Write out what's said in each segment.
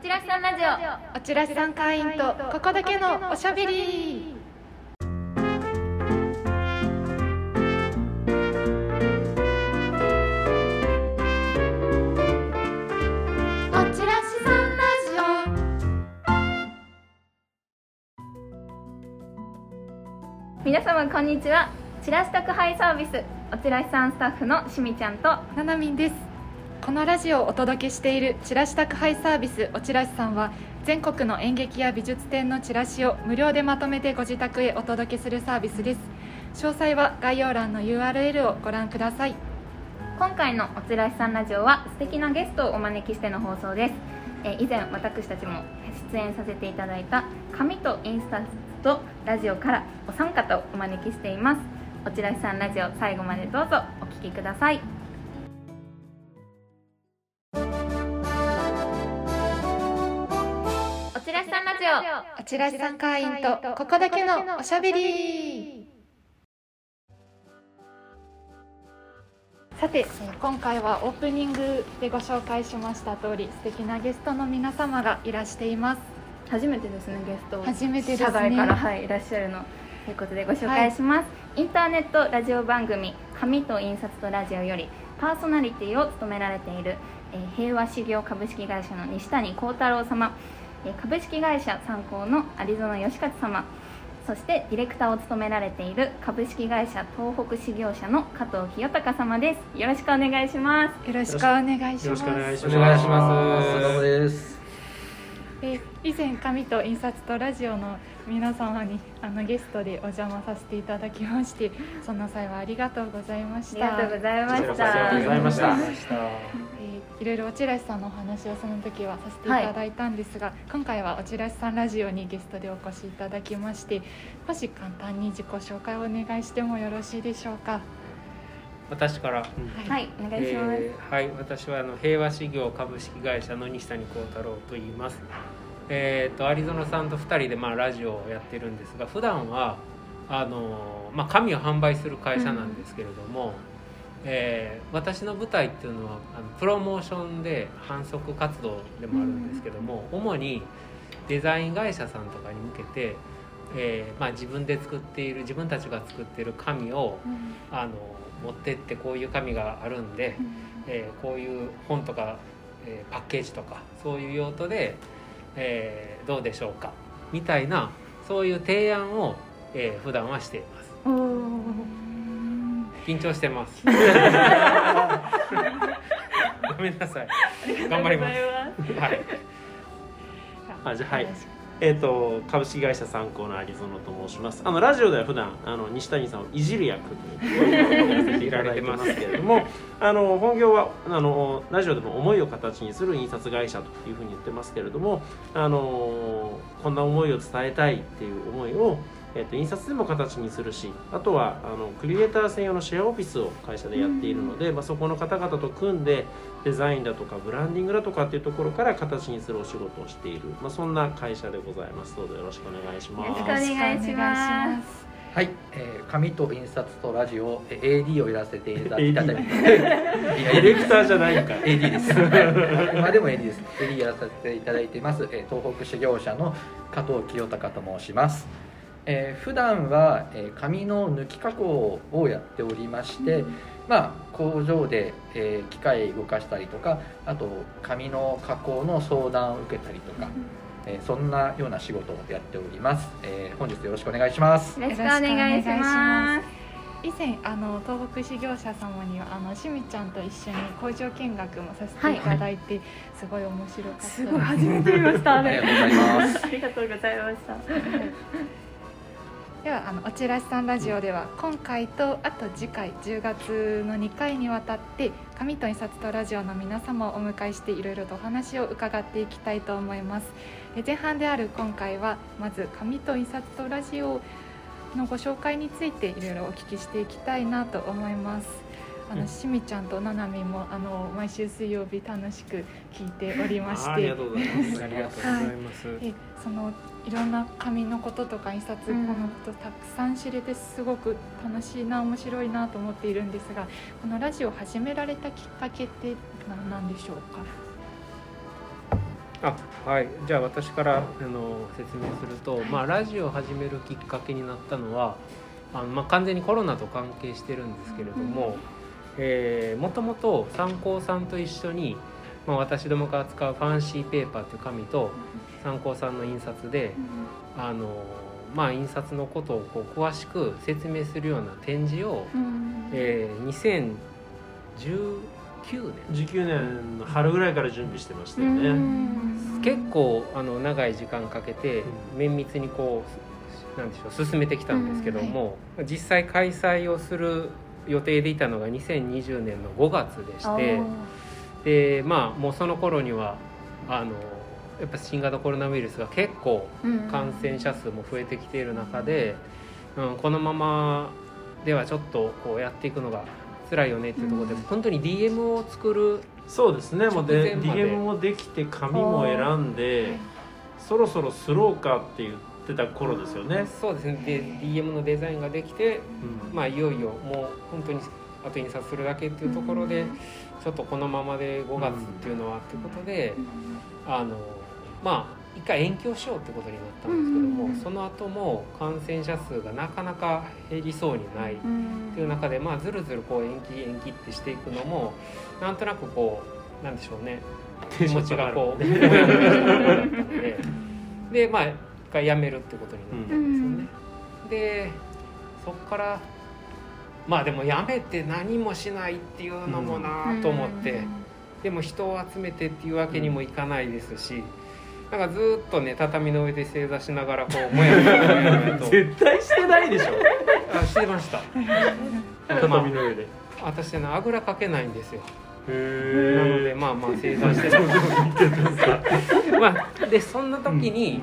ちらしさんラジオ。 おちらしさん会員とここだけのおしゃべり。おちらしさんラジオ。皆様こんにちは。チラシ宅配サービスおちらしさんスタッフのしみちゃんとオ、ななみんです。このラジオをお届けしているチラシ宅配サービスおちらしさんは、全国の演劇や美術展のチラシを無料でまとめてご自宅へお届けするサービスです。詳細は概要欄の URL をご覧ください。 今回のおちらしさんラジオは素敵なゲストをお招きしての放送です。以前私たちも出演させていただいた紙と印刷とラジオからお三方をお招きしています。おちらしさんラジオ、最後までどうぞお聞きください。おちらしさんラジオ。 おちらしさん会員とここだけのおしゃべり。さて、今回はオープニングでご紹介しました通り、素敵なゲストの皆様がいらしています。 初めてですね、ゲスト初めてですね。 社外から、いらっしゃるのということでご紹介します。インターネットラジオ番組紙と印刷とラジオよりパーソナリティを務められている、平和修行株式会社の西谷幸太郎様、株式会社参考の有園義勝様、そしてディレクターを務められている株式会社東北事業者の加藤清隆様です。よろしくお願いします。 よろしくお願いします。 よろしくお願いします。 お願いします。どうもです。 以前紙と印刷とラジオの皆様にゲストでお邪魔させていただきまして、その際はありがとうございました。 ありがとうございました。 ありがとうございました。 いろいろおちらしさんのお話をその時はさせていただいたんですが、今回はおちらしさんラジオにゲストでお越しいただきまして、もし簡単に自己紹介をお願いしてもよろしいでしょうか。 私から、 はい、お願いします。 はい、私は平和修行株式会社の西谷幸太郎と言います。有園さんと2人でラジオをやってるんですが、普段は紙を販売する会社なんですけれども、私の舞台っていうのはプロモーションで販促活動でもあるんですけども、主にデザイン会社さんとかに向けて、自分たちが作っている紙を、持ってってこういう紙があるんで、こういう本とか、パッケージとかそういう用途で、どうでしょうかみたいな、そういう提案を、普段はしています。緊張してますごめんなさい。頑張ります。 はい。じゃあ、はい。株式会社参考の有園と申します。ラジオでは普段西谷さんをいじる役にやらせていただいてますけれども、本業はラジオでも思いを形にする印刷会社というふうに言ってますけれども、こんな思いを伝えたいっていう思いを印刷でも形にするし、あとはクリエイター専用のシェアオフィスを会社でやっているので、そこの方々と組んでデザインだとかブランディングだとかっていうところから形にするお仕事をしている、そんな会社でございます。どうぞよろしくお願いします。 よろしくお願いします。 はい、紙と印刷とラジオ AD をやらせていただいてディレクターじゃないんか。 AD です今でも AD です。 AD やらせていただいています、東北事業者の加藤清隆と申します。普段は、紙の抜き加工をやっておりまして、工場で、機械動かしたりとか、あと紙の加工の相談を受けたりとか、そんなような仕事をやっております。本日よろしくお願いします。 よろしくお願いします。 以前東北事業者様にはしみちゃんと一緒に工場見学もさせていただいて、すごい面白かったです。 すごい、初めて見ました。 ありがとうございます。 ありがとうございました。 ではおちらしさんラジオでは今回とあと次回10月の2回にわたって紙と印刷とラジオの皆様をお迎えしていろいろとお話を伺っていきたいと思います。前半である今回はまず紙と印刷とラジオのご紹介についていろいろお聞きしていきたいなと思います。しみちゃんとななみも毎週水曜日楽しく聞いておりまして、 ありがとうございます。 ありがとうございます。 いろんな紙のこととか印刷のことたくさん知れて、すごく楽しいな、面白いなと思っているんですが、このラジオを始められたきっかけって何でしょうか。 はい、じゃあ私から説明すると、ラジオを始めるきっかけになったのは完全にコロナと関係してるんですけれども、もともと三幸さんと一緒に、私どもが使うファンシーペーパーという紙と三幸さんの印刷で、印刷のことをこう詳しく説明するような展示を、2019 年の春ぐらいから準備してましたよね。 結構長い時間かけて綿密にこうなんでしょう進めてきたんですけども、実際開催をする予定でいたのが2020年の5月でして、でもうその頃にはやっぱ新型コロナウイルスが結構感染者数も増えてきている中で、このままではちょっとこうやっていくのが辛いよねっていうところで、本当に DM を作るそうですね、もうで DM もできて紙も選んで、そろそろスローかって言ってた頃ですよね。 そうですね。で DM のデザインができて、いよいよもう本当にあと印刷するだけっていうところで、ちょっとこのままで5月っていうのはっていうことで、一回延期をしようってことになったんですけども、その後も感染者数がなかなか減りそうにないっていう中で、ずるずるこう延期ってしていくのもなんとなくこうなんでしょうね、気持ちがこうで一回やめるってことになったんですよね。でそこからでもやめて何もしないっていうのもなと思って、でも人を集めてっていうわけにもいかないですし、なんかずっとね畳の上で正座しながらこうもやもやもやもやと絶対してないでしょ。 してました畳の上で。 私ねあぐらかけないんですよ。 なので正座してたでそんな時に、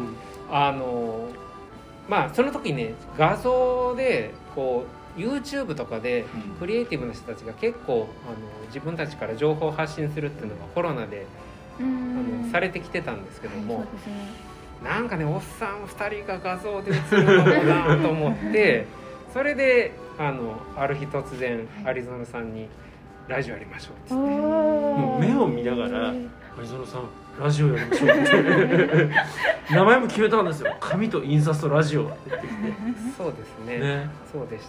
その時ね画像でこう YouTube とかでクリエイティブな人たちが結構自分たちから情報を発信するっていうのがコロナでされてきてたんですけども、なんかねおっさん2人が画像で写るのかなと思ってそれである日突然アリゾナさんにラジオやりましょうってもう目を見ながらアリゾナさんラジオやりましょうって名前も決めたんですよ。紙と印刷とラジオって言ってきて。 そうですね、そうでした。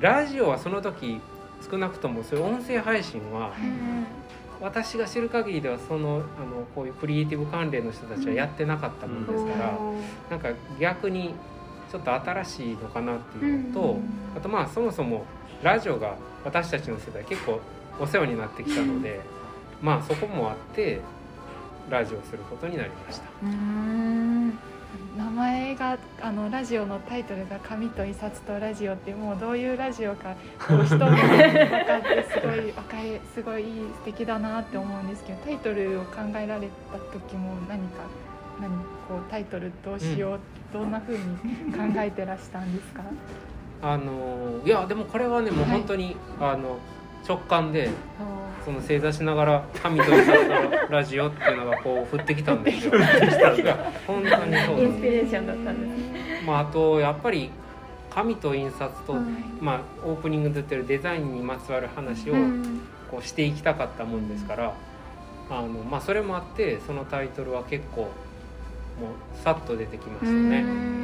ラジオはその時少なくともそういう音声配信は、私が知る限りではこういうクリエイティブ関連の人たちはやってなかったものですから、なんか逆にちょっと新しいのかなっていうのと、あとそもそもラジオが私たちの世代結構お世話になってきたので、そこもあってラジオをすることになりました。 名前がラジオのタイトルが紙と印刷とラジオって、もうどういうラジオか一目で分かってすごい素敵だなって思うんですけど、タイトルを考えられた時も何タイトルどうしよう、どんな風に考えてらしたんですか？ いやでもこれはねもう本当に、直感でその正座しながら紙と印刷とラジオっていうのがこう降ってきたんですよ。本当にそうインスピレーションだったんですね。 あとやっぱり紙と印刷と、オープニングで言ってるデザインにまつわる話をこうしていきたかったもんですから、それもあってそのタイトルは結構もうさっと出てきましたね。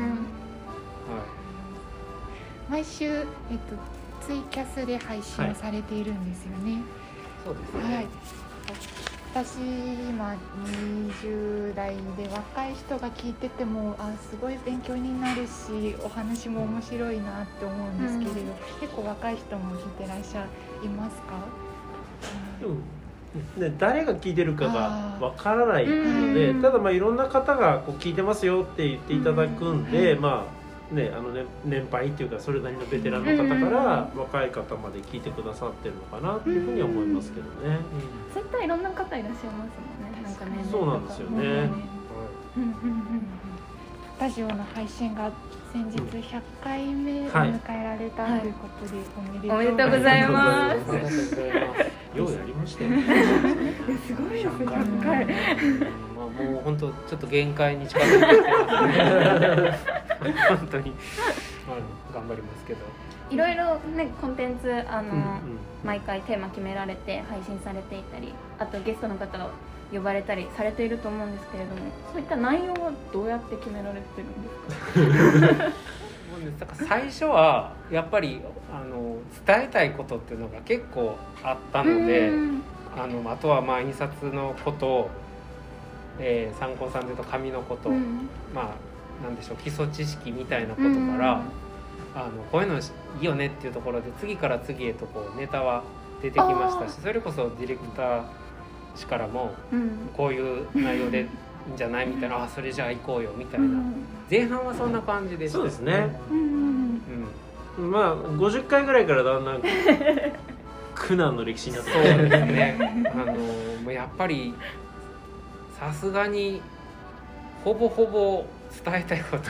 毎週、ツイキャスで配信をされているんですよね。 そうですね。 私今20代で若い人が聞いててもすごい勉強になるしお話も面白いなって思うんですけれど、結構若い人も聞いてらっしゃいますか？ 誰が聞いてるかがわからないので、ただいろんな方がこう聞いてますよって言っていただくんで、年配っていうかそれなりのベテランの方から若い方まで聞いてくださってるのかなっていうふうには思いますけどね。 そういったいろんな方いらっしゃいますもんね。なんかね。 そうなんですよね。 ラジオの配信が先日100回目を迎えられたということで、 おめでとうございます。 ようやりましたよね。 すごいです100回。 もう本当ちょっと限界に近づいてきてますね。本当に頑張りますけど。 いろいろねコンテンツ毎回テーマ決められて配信されていたり、あとゲストの方を呼ばれたりされていると思うんですけれども、そういった内容はどうやって決められてるんですか？ だから最初はやっぱり伝えたいことっていうのが結構あったので、あとはまあ印刷のこと、参考さんでいうと紙のこと、まあなんでしょう、基礎知識みたいなことから、こういうのいいよねっていうところで次から次へとこうネタは出てきましたし、それこそディレクター氏からもこういう内容でいいんじゃないみたいな、あそれじゃあ行こうよみたいな、前半はそんな感じでした。 そうですね、まあ50回ぐらいからだんだん苦難の歴史になってそうですねもうやっぱりさすがにほぼほぼ伝えたいこと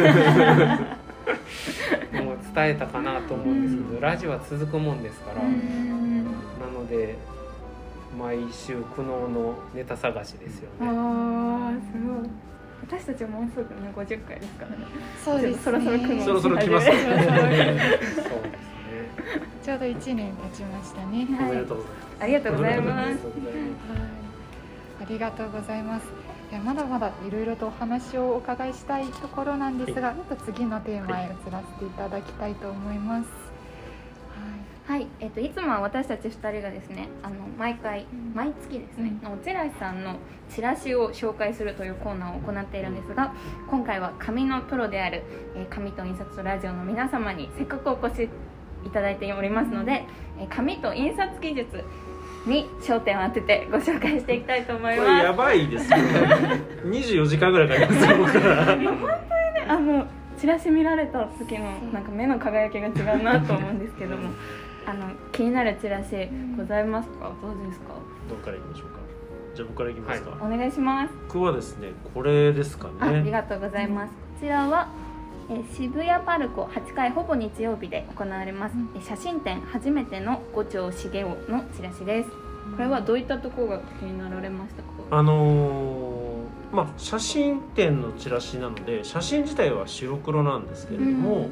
もう伝えたかなと思うんですけど、ラジオは続くもんですから、なので毎週苦悩のネタ探しですよね。 すごい。私たちもうすぐね50回ですからね。 そうですね、 そろそろ苦悩そろそろ来ますね。 そうですね。 ちょうど1年経ちましたね。 おめでとうございます。 ありがとうございます。 ありがとうございます。いやまだまだいろいろとお話をお伺いしたいところなんですが、ちょっと次のテーマへ移らせていただきたいと思います。 はい、いつもは私たち2人がですね、毎月ですね、おちらしさんのチラシを紹介するというコーナーを行っているんですが、今回は紙のプロである、紙と印刷とラジオの皆様にせっかくお越しいただいておりますので、紙と印刷技術に焦点を当ててご紹介していきたいと思います。 これやばいですよ24時間ぐらいかかりますよ僕ら。 本当にね、チラシ見られた時のなんか目の輝きが違うなと思うんですけども気になるチラシございますか？どうですか？ どこからいきましょうか。じゃあ僕からいきますか。 お願いします。 僕はですねこれですかね。 ありがとうございます。こちらは渋谷パルコ8階ほぼ日曜日で行われます、写真展初めての五条茂雄のチラシです。これはどういったところが気になられましたか？ まあ、写真展のチラシなので写真自体は白黒なんですけれども、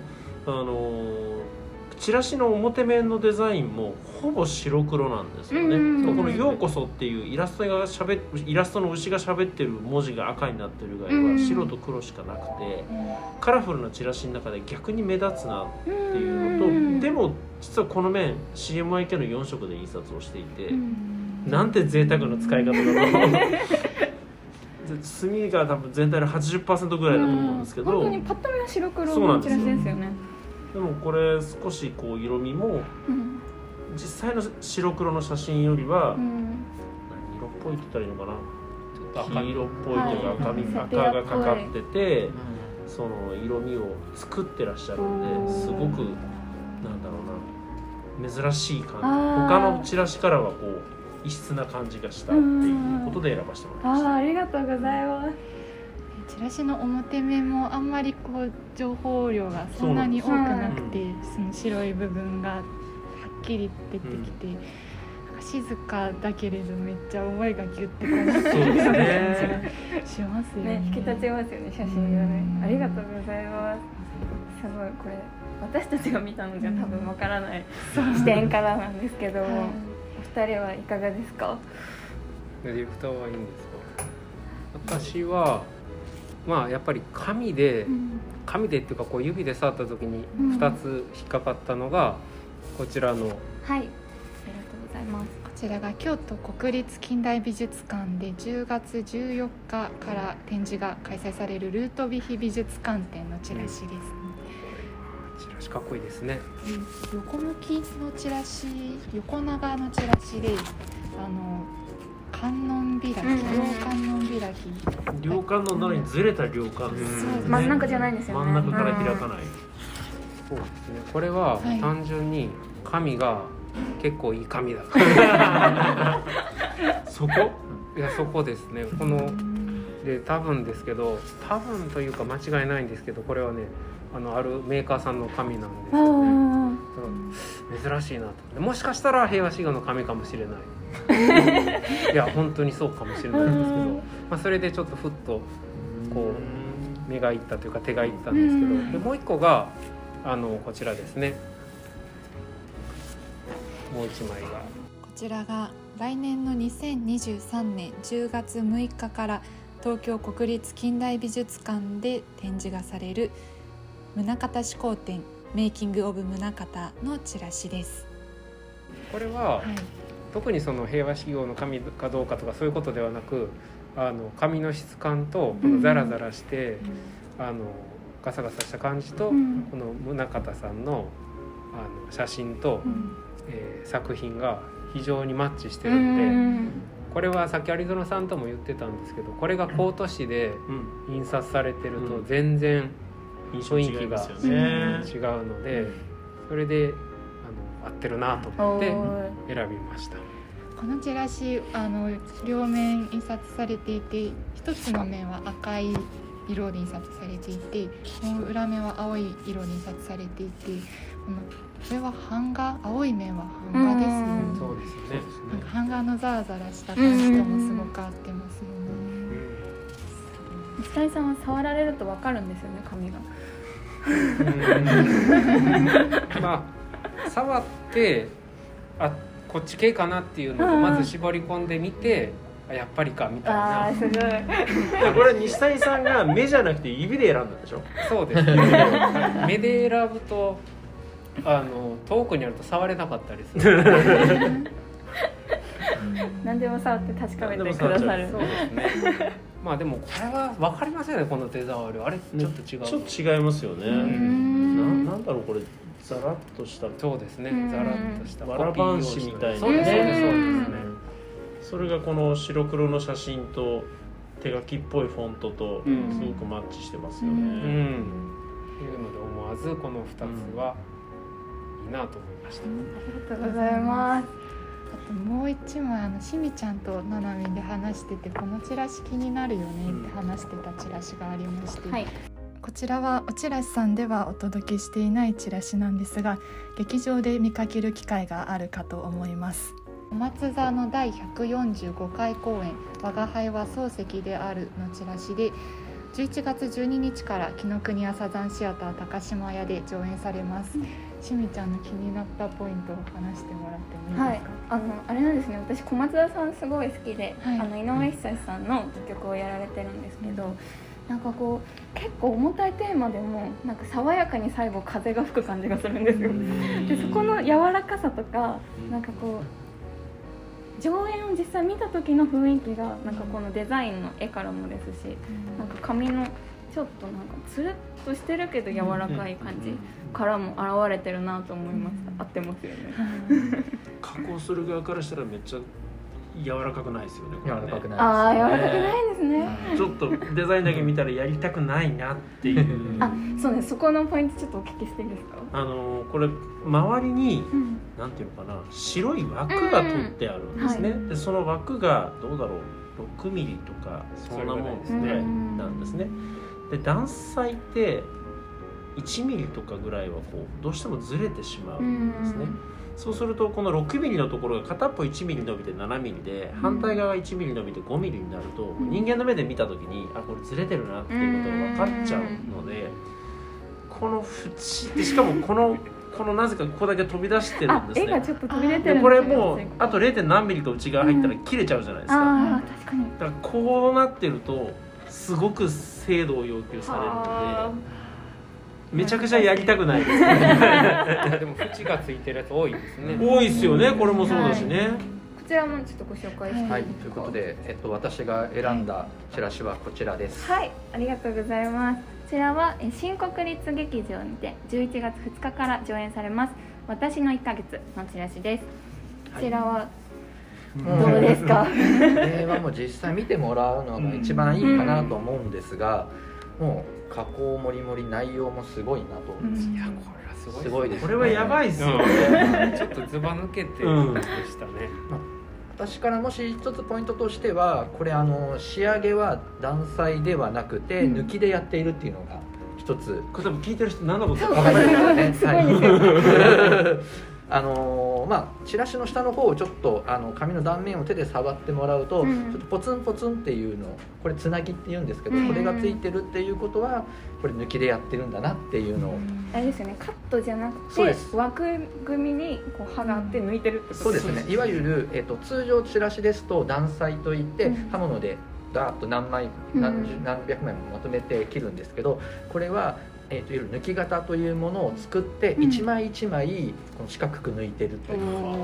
チラシの表面のデザインもほぼ白黒なんですよね。この「ようこそ」っていうイラストの牛が喋ってる文字が赤になってる以外は白と黒しかなくて、カラフルなチラシの中で逆に目立つなっていうのと、でも実はこの面 CMYK の4色で印刷をしていて、なんて贅沢な使い方だろう墨が多分全体の 80% ぐらいだと思うんですけど、 本当にパッと見は白黒のチラシですよね。 でもこれ少しこう色味も、実際の白黒の写真よりは、何色っぽいって言ったらいいのかな、黄色っぽいというか赤がかかってて、その色味を作ってらっしゃるんで、すごくなんだろうな、珍しい感じ、他のチラシからはこう異質な感じがしたっていうことで選ばせてもらいました。 ありがとうございます。 チラシの表面もあんまりこう情報量がそんなに多くなくて、その白い部分がはっきり出てきて、なんか静かだけれどめっちゃ思いがギュッてこもってる感じがしますよね。 引き立ちますよね、写真がね。ありがとうございます。すごい、これ私たちが見たのじゃ多分わからない視点からなんですけど、お二人はいかがですか？ ディレクターはいいんですか？私はまあやっぱり紙でっていうかこう指で触った時に2つ引っかかったのがこちらの、 はい、ありがとうございます。 こちらが京都国立近代美術館で10月14日から展示が開催されるルートヴィヒ美術館展のチラシです、 チラシかっこいいですね。 横向きのチラシ、横長のチラシで観音開き、両観音開き、 両観の中にずれた両観ですね。 真ん中じゃないんですよね。 真ん中から開かない。 そうですね。これは単純に紙が結構いい紙だから。 そこ？ いやそこですね。こので多分ですけど、多分というか間違いないんですけど、これはねあるメーカーさんの紙なんですよね。珍しいなと。もしかしたら平和志願の紙かもしれない。いや本当にそうかもしれないんですけど、まあ、それでちょっとふっとこう目がいったというか手がいったんですけど、でもう一個がこちらですね。もう一枚がこちらが来年の2023年10月6日から東京国立近代美術館で展示がされる棟方志功展メイキングオブ棟方のチラシです。 これは、 はい、 特にその平和修行の紙かどうかとかそういうことではなく、紙の質感とこのザラザラして、ガサガサした感じと、この棟方さんの、写真と、作品が非常にマッチしてるんで、これはさっき有園さんとも言ってたんですけど、これが高都市で印刷されてると全然雰囲気が違うので、それで合ってるなと思って選びました。 このチラシ両面印刷されていて、一つの面は赤い色で印刷されていて、もう裏面は青い色で印刷されていて、これは版画、青い面は版画ですよね。 そうですね。 なんか版画のザラザラした感じともすごく合ってますよね。 西谷さんは触られると分かるんですよね、紙が。 まあ触ってこっち系かなっていうのをまず絞り込んでみて、やっぱりかみたいな。 すごい。 これ西谷さんが目じゃなくて指で選んだんでしょ。 そうですね。目で選ぶと遠くにあると触れなかったりする。 何でも触って確かめてくださる。 そうですね。まあでもこれは分かりませんね、この手触り。あれちょっと違う。 ちょっと違いますよね。なんだろうこれ、ザラッとした。 そうですね。ザラッとした。 わらばんしみたいな。 そうですそうですそうですね。 それがこの白黒の写真と手書きっぽいフォントとすごくマッチしてますよね。 いうので思わずこの2つはいいなと思いました。 ありがとうございます。 あともう一枚しみちゃんとななみんで話してて、このチラシ気になるよねって話してたチラシがありまして、 はい、 こちらはおチラシさんではお届けしていないチラシなんですが、劇場で見かける機会があるかと思います。小松座の第145回公演我が輩は漱石であるのチラシで、11月12日から紀ノ国屋サザンシアター高島屋で上演されます。しみちゃんの気になったポイントを話してもらってもいいですか？ はい、あれなんですね、私小松田さんすごい好きで、 はい、 井上久志さんの楽曲をやられてるんですけど、なんかこう結構重たいテーマでもなんか爽やかに最後風が吹く感じがするんですよ。でそこの柔らかさとか、なんかこう上演を実際見た時の雰囲気がなんかこのデザインの絵からもですし、なんか紙のちょっとなんかつるっとしてるけど柔らかい感じからも現れてるなと思いました。合ってますよね。 加工する側からしたらめっちゃ柔らかくないですよね。 柔らかくないですね。 ああ、柔らかくないですね。 ちょっとデザインだけ見たらやりたくないなっていうあ、そうね、そこのポイントちょっとお聞きしていいですか？ これ周りに、なんていうのかな、白い枠が取ってあるんですね。でその枠がどうだろう、6ミリとかそんなもんですね、なんですね。で断裁って1ミリとかぐらいはこうどうしてもずれてしまうんですね。そうするとこの6ミリのところが片っぽ1ミリ伸びて7ミリで、反対側が1ミリ伸びて5ミリになると、人間の目で見た時にこれずれてるなっていうことが分かっちゃうので、この縁でしかもこのなぜかここだけ飛び出してるんですね。 絵がちょっと飛び出てるんですよ。 これもうあと 0. 何ミリと内側入ったら切れちゃうじゃないですか。 確かに。 だからこうなってるとすごく精度を要求されるので。めちゃくちゃやりたくないですね。 でも縁がついてるやつ多いですね。 多いですよね。これもそうだしね。 こちらもちょっとご紹介していいですか？ はい、ということで、私が選んだチラシはこちらです。 はい、ありがとうございます。こちらは新国立劇場にて11月2日から上演されます私の1ヶ月のチラシです。こちらはどうですか？ はもう実際見てもらうのが一番いいかなと思うんですが、もう加工もりもり、内容もすごいなと思うんです。 いや、これはすごい。 すごいですね。 これはやばいですよね。 ちょっとずば抜けてでしたね。 私からもし一つポイントとしては、これ仕上げは断裁ではなくて抜きでやっているっていうのが一つ。 これ多分聞いてる人何のこと分かんないですよね。 チラシの下の方をちょっと紙の断面を手で触ってもらうと、ちょっとポツンポツンっていうの、これつなぎって言うんですけど、これがついてるっていうことはこれ抜きでやってるんだなっていうのを、 あれですよね、カットじゃなくてそうです枠組みにこう刃があって抜いてるってことそうですね、いわゆる、通常チラシですと断裁といって刃物でダーッと何百枚もまとめて切るんですけど、これはいわゆる抜き型というものを作って一枚一枚この四角く抜いてるという、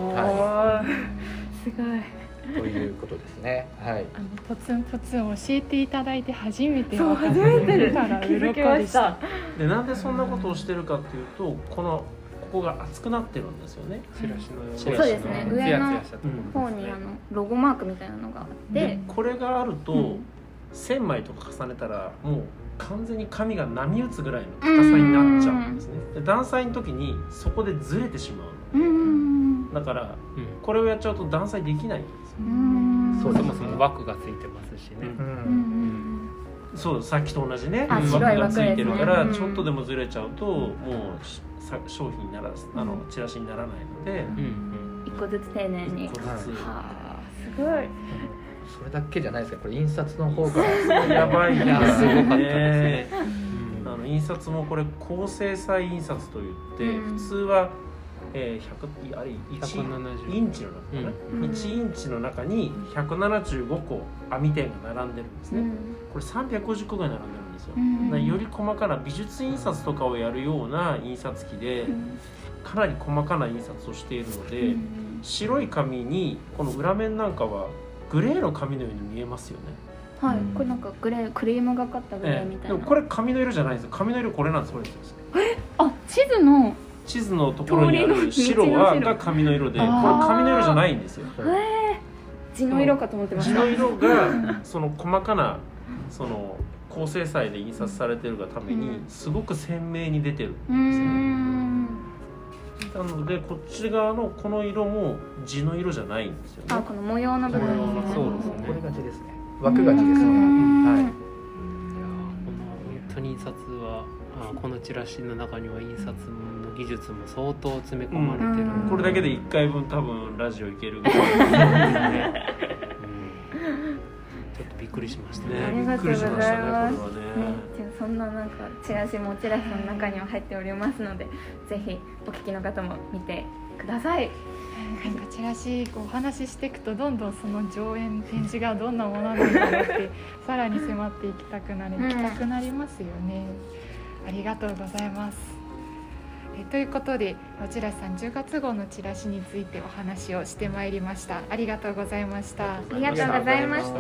すごいということですね。はい。 ポツンポツン教えていただいて初めてそう分かっ初めて見たら気づき鱗ましでしたた。 でなんでそんなことをしてるかっていうと、ここが厚くなってるんですよね。 チラシのようにそうですねツヤツヤしたところ方にロゴマークみたいなのがあってでこれがあると、 うん 1000枚とか重ねたらもう完全に紙が波打つぐらいの硬さになっちゃうんですね。で断裁の時にそこでずれてしまうの。だからこれをやっちゃうと断裁できないんですよ。 そうですそもそも枠がついてますしね。 そう、さっきと同じね、 あ枠がついてるから、 白い枠ですねちょっとでもずれちゃうともう商品にならチラシにならないので、 一個ずつ丁寧に一個ずつはあすごいそれだけじゃないですけど、これ印刷の方からやばいですね。 すごかったですね。 印刷もこれ高精細印刷といって、普通は100あれ1インチの中かな、1インチの中に175個網点が並んでるんですね。これ350個ぐらい並んでるんですよ。だからより細かな美術印刷とかをやるような印刷機で、かなり細かな印刷をしているので、白い紙にこの裏面なんかはグレーの紙のように見えますよね。 はい、これなんかグレークリームがかったグレーみたいな、 でもこれ紙の色じゃないんですよ。紙の色これなんですよ。 あ、地図のところにある白が紙の色で、これ紙の色じゃないんですよ。 地の色かと思ってました。 地の色がその細かなその高精細で印刷されてるがためにすごく鮮明に出てるんですよね。なのでこっち側のこの色も地の色じゃないんですよね。 あ、この模様の部分ですね。 そうですね。 これが地ですね。枠が地ですね。はい。 本当に印刷はこのチラシの中には印刷の技術も相当詰め込まれてる、 これだけで1回分多分ラジオいけるぐらいですね。 ちょっとびっくりしましたあね。 りがとうございます。 びっくりしましたね、これはね。 じゃあそんななんかチラシもチラシの中には入っておりますので、ぜひお聞きの方も見てください。 なんかチラシお話ししていくとどんどんその上演展示がどんなものなんだろうってさらに迫っていきたくなり、行きたくなりますよね。ありがとうございます。ということでチラシさん10月号のチラシについてお話をしてまいりました。ありがとうございました。 ありがとうございました。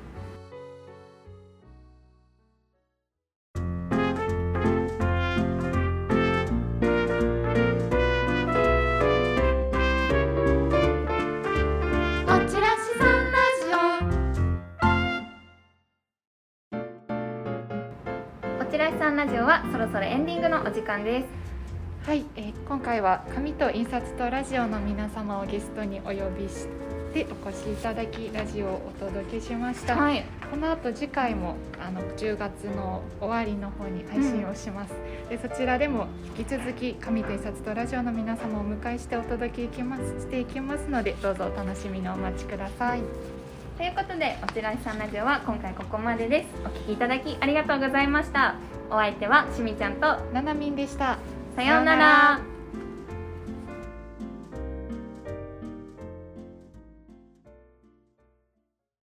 おちらしさんラジオはそろそろエンディングのお時間です。 はい、今回は紙と印刷とラジオの皆様をゲストにお呼びしてお越しいただきラジオをお届けしました。 はい、 この後次回も10月の終わりの方に配信をします。でそちらでも引き続き紙と印刷とラジオの皆様をお迎えしてお届けしていきますので、どうぞお楽しみにお待ちください。 ということでおちらしさんラジオは今回ここまでです。お聞きいただきありがとうございました。お相手はしみちゃんとななみんでした。 さようなら。